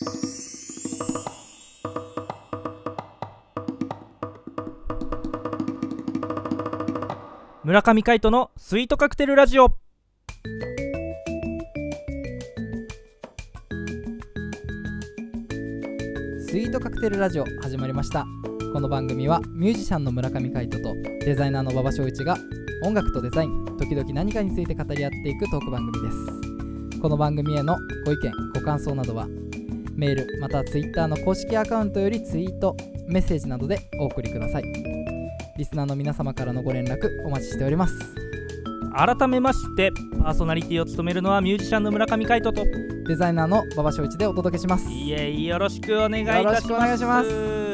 村上海人のスイートカクテルラジオ。 スイートカクテルラジオ始まりました。この番組はミュージシャンの村上海人とデザイナーの馬場翔一が音楽とデザイン、時々何かについて語り合っていくトーク番組です。この番組へのご意見ご感想などはメールまたはツイッターの公式アカウントよりツイートメッセージなどでお送りください。リスナーの皆様からのご連絡お待ちしております。 改めましてパーソナリティを務めるのはミュージシャンの村上海人とデザイナーの馬場翔一でお届けします。 よろしくお願いいたします。 よろしくお願いします。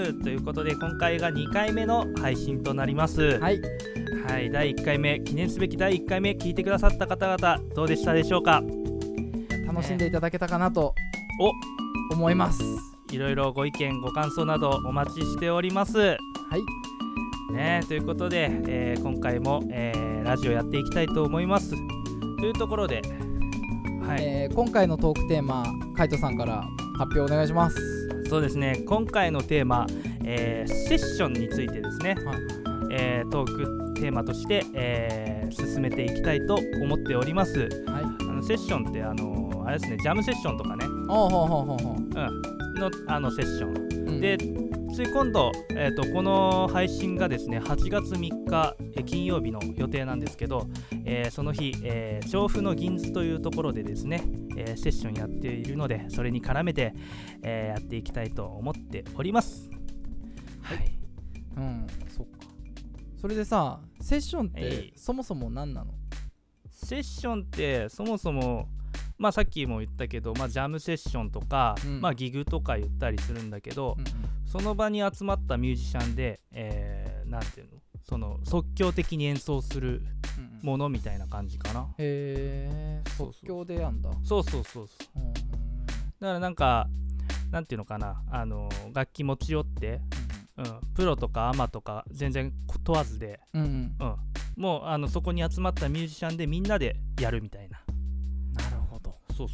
ということで今回が2回目の配信となります。 はい、 第1回目、記念すべき第1回目聞いてくださった方々どうでしたでしょうか。 楽しんでいただけたかなと思います。 いろいろご意見ご感想などお待ちしております。はいということで、今回も、ラジオやっていきたいと思いますというところで、 今回のトークテーマ海人さんから発表お願いします。 そうですね、今回のテーマ、セッションについてですね、トークテーマとして、進めていきたいと思っております。セッションってあれですね、ジャムセッションとかねのセッション、でつい今度、この配信がですね8月3日、金曜日の予定なんですけど、その日、調布の銀津というところでですね、セッションやっているのでそれに絡めて、やっていきたいと思っております。 そっか。それでさ、セッションってそもそも何なの？ セッションってそもそもさっきも言ったけど、ジャムセッションとか、ギグとか言ったりするんだけど、その場に集まったミュージシャンで、なんていうの、その即興的に演奏するものみたいな感じかな。 即興でやんだ。 そうだからなんかなんていうのかな、楽器持ち寄って、プロとかアマとか全然問わずで、もうそこに集まったミュージシャンでみんなでやるみたいな。 なるほど。 そう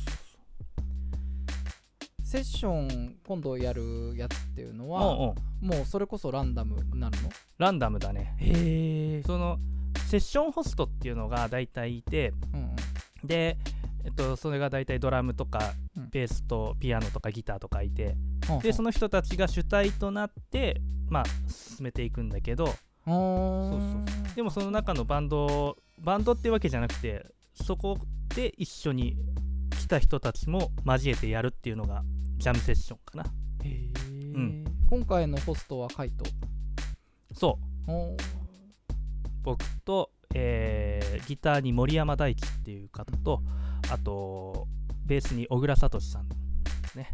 セッション今度やるやつっていうのはもうそれこそランダムになるの？ ランダムだね。そのセッションホストっていうのが大体いて、で、それが大体ドラムとかベースとピアノとかギターとかいて、でその人たちが主体となって進めていくんだけど、でもその中のバンドってわけじゃなくて、そこで一緒に来た人たちも交えてやるっていうのがジャムセッションかな。 今回のホストはカイト。 そう僕と、ギターに森山大地っていう方と、あとベースに小倉聡さんね。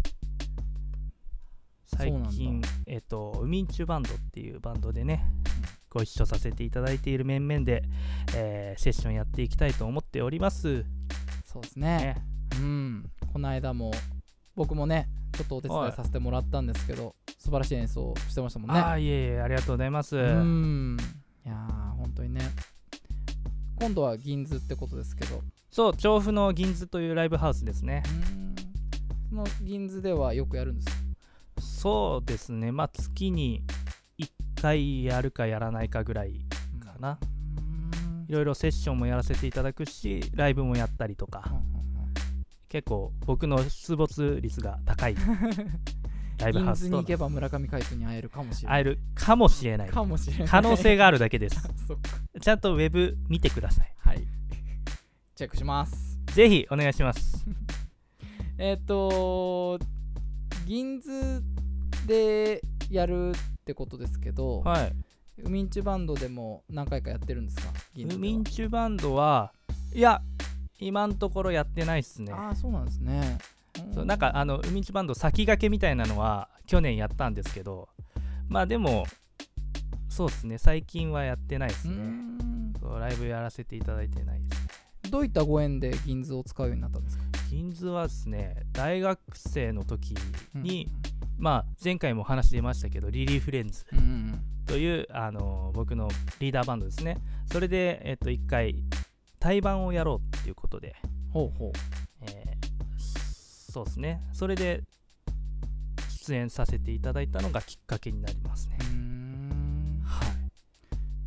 最近ウミンチュバンドっていうバンドでね、ご一緒させていただいている面々で、セッションやっていきたいと思っております。 そうですね。この間も僕もねちょっとお手伝いさせてもらったんですけど、素晴らしい演奏してましたもんね。 いえありがとうございます。 いや本当にね。今度は銀津ってことですけど。 そう、調布の銀津というライブハウスですね。 その銀津ではよくやるんですか？ そうですね、月に1回やるかやらないかぐらいかな。いろいろセッションもやらせていただくし、ライブもやったりとか、結構僕の出没率が高いライブハウスと。 銀津に行けば村上海人に会えるかもしれない。 会えるかもしれない。可能性があるだけですそっか。 ちゃんとウェブ見てください。 チェックします。 ぜひお願いします銀津でやるってことですけど、ウミンチュバンドでも何回かやってるんですか？ ウミンチュバンドはいや今のところやってないっすね。 そうなんですね。 なんかウミンチュバンド先駆けみたいなのは去年やったんですけど、でもそうですね、最近はやってないですね。ライブやらせていただいてないですね。 どういったご縁で銀津を使うようになったんですか？ 銀津はですね、大学生の時に、前回も話出ましたけどリリーフレンズという、僕のリーダーバンドですね。それで、1回対バンをやろうっていうことで、そうですね、それで出演させていただいたのがきっかけになりますね。はい、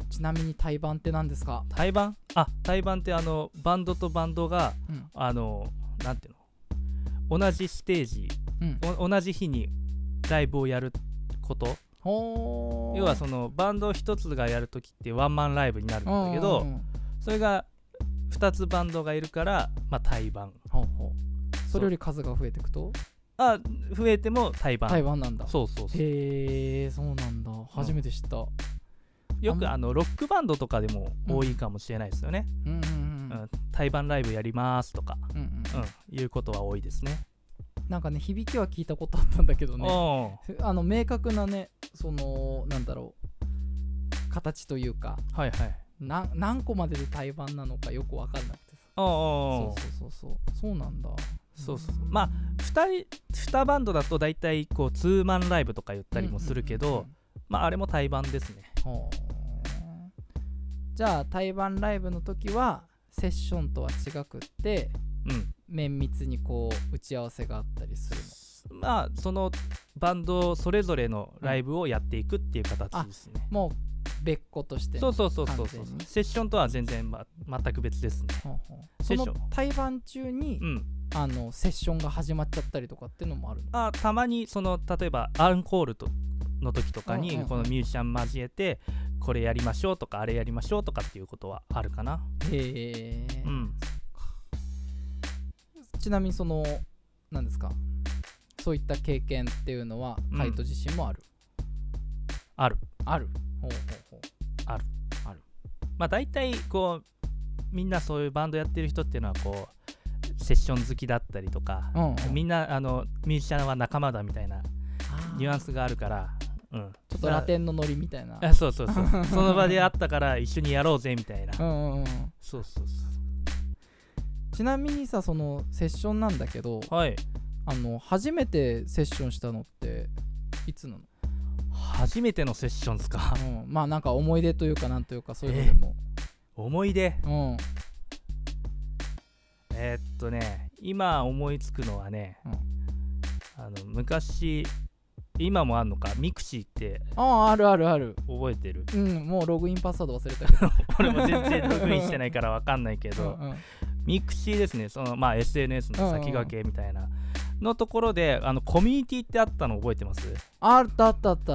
ちなみに対バンって何ですか？ 対バンってバンドとバンドが、なんていうの、同じステージ、同じ日にライブをやること。要はそのバンド一つがやるときってワンマンライブになるんだけど、それが2つバンドがいるから、対バン。 それより数が増えていくと増えても対バンなんだ。 そうそうそう。 へえ、そうなんだ。初めて知った。 よくロックバンドとかでも多いかもしれないですよね。対バンライブやりますとか、いうことは多いですね。 なんかね、響きは聞いたことあったんだけどね、明確なね、そのなんだろう、形というか、何個までで対バンなのかよく分かんなくてさ。そうなんだ。2バンドだと大体こうツーマンライブとか言ったりもするけど、あれも対バンですね。 じゃあ対バンライブの時はセッションとは違くって、綿密にこう打ち合わせがあったりするの？そのバンドそれぞれのライブをやっていくっていう形ですね。 もう別個としてそうセッションとは全然、全く別ですね。 その対バン中に、セッションが始まっちゃったりとかっていうのもあるの？ たまに例えばアンコールの時とかにこのミュージシャン交えてこれやりましょうとかあれやりましょうとかっていうことはあるかな。 へえ。ちなみに何ですか、そういった経験っていうのはカイト自身もある？ ある。 ある。 大体こうみんなそういうバンドやってる人っていうのはこうセッション好きだったりとか、みんなミュージシャンは仲間だみたいなニュアンスがあるから、 ちょっとラテンのノリみたいな。 そうその場で会ったから一緒にやろうぜみたいな。 ちなみにさ、そのセッションなんだけど、初めてセッションしたのっていつなの？ 初めてのセッションですか？ なんか思い出というかなんというかそういうのでも。 思い出？今思いつくのはね、昔、今もあんのか、ミクシーってある覚えてる？ もうログインパスワード忘れたけど俺も全然ログインしてないから分かんないけどミクシーですね。SNS の先駆けみたいなのところでコミュニティってあったの覚えてます？ あった。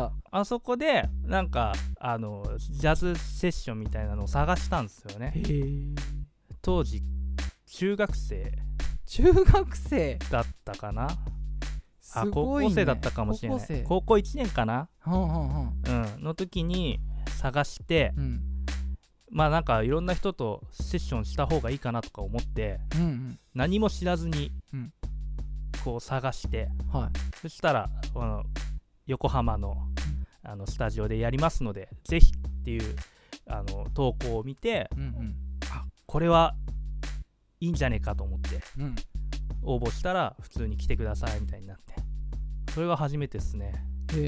あそこでなんかジャズセッションみたいなのを探したんですよね。当時中学生だったかな。高校生だったかもしれない。高校1年かな、の時に探して、なんかいろんな人とセッションした方がいいかなとか思って、何も知らずにこう探して、そしたら横浜のスタジオでやりますのでぜひっていう投稿を見て、これはいいんじゃねえかと思って、応募したら普通に来てくださいみたいになって、それが初めてですね。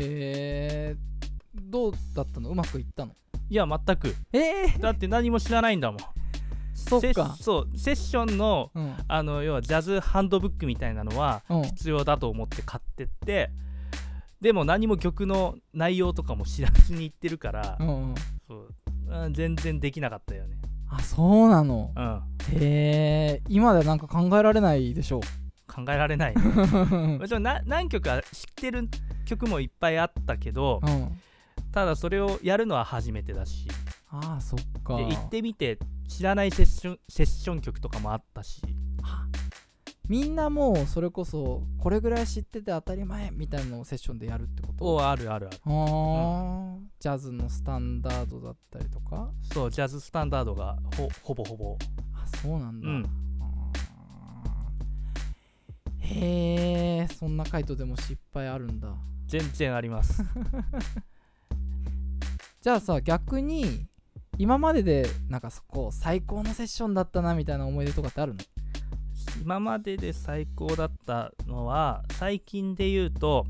どうだったの？うまくいったの？ いや全く。だって何も知らないんだもん。 そっか。 セッションの、要はジャズハンドブックみたいなのは必要だと思って買ってって、でも何も曲の内容とかも知らずに行ってるから、全然できなかったよね。 そうなの。今ではなんか考えられないでしょう。 考えられない、もちろん何曲か知ってる曲もいっぱいあったけど、ただそれをやるのは初めてだし。 そっか。 で行ってみて知らないセッション曲とかもあったし、 みんなもうそれこそこれぐらい知ってて当たり前みたいなのをセッションでやるってこと？ ある。ジャズのスタンダードだったりとか？ そうジャズスタンダードがほぼ。 そうなんだ。そんな回答でも失敗あるんだ。 全然ありますじゃあさ、逆に今まででなんか最高のセッションだったなみたいな思い出とかってあるの？ 今までで最高だったのは最近で言うと、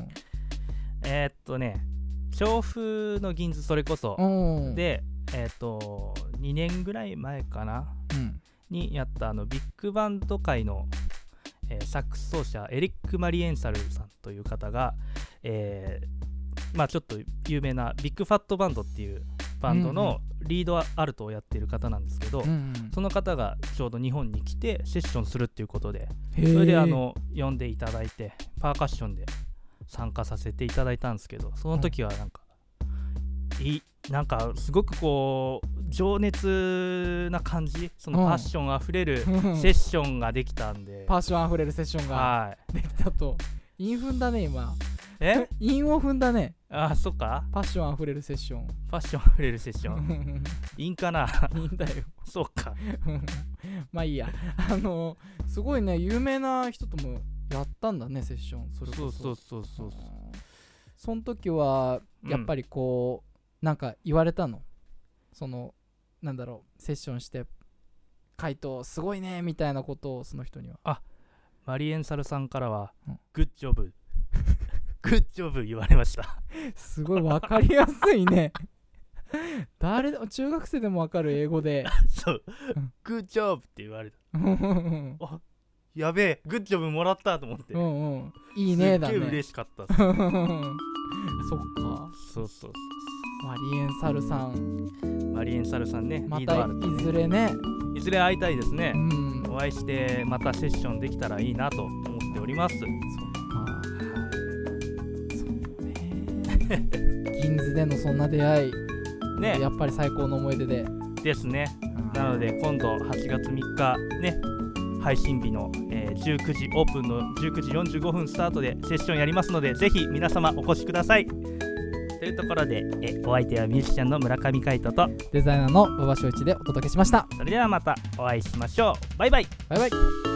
調布の銀座、それこそで2年ぐらい前かな、にやったビッグバンド界のサックス奏者エリック・マリエンサルさんという方がまあちょっと有名なビッグファットバンドっていうバンドのリードアルトをやっている方なんですけど、その方がちょうど日本に来てセッションするっていうことで、それで呼んでいただいてパーカッションで参加させていただいたんですけど、その時はなんかすごくこう情熱な感じ、そのパッションあふれるセッションができたんで、 パッションあふれるセッションができたと。韻踏んだね今。韻を踏んだね。 あ、そっか。 パッションあふれるセッション。 パッションあふれるセッション。韻かな。 韻だよ。 そっか。 まあいいや。すごいね、有名な人ともやったんだね、セッション。それこそ。 そう。 その時はやっぱりこう、なんか言われたの。なんだろう、セッションしてカイトすごいねみたいなことをその人には。 マリエンサルさんからは、グッジョブグッジョブ言われました。 すごい分かりやすいね。誰でも中学生でも分かる英語でそう、グッジョブって言われた。あ、やべえ、グッジョブもらったと思って、 いいねだね。 すっげえ嬉しかったっす。 そっか。 そうマリエンサルさんね、 またリードあるとね、いずれね、 いずれ会いたいですね。お会いしてまたセッションできたらいいなと思っております。そうね。銀図でのそんな出会いね、やっぱり最高の思い出ですね。なので今度8月3日ね、配信日の、19時オープンの19時45分スタートでセッションやりますので、ぜひ皆様お越しください。というところで、お相手はミュージシャンの村上海人とデザイナーの馬場翔一でお届けしました。 それではまたお会いしましょう。バイバイ。 バイバイ。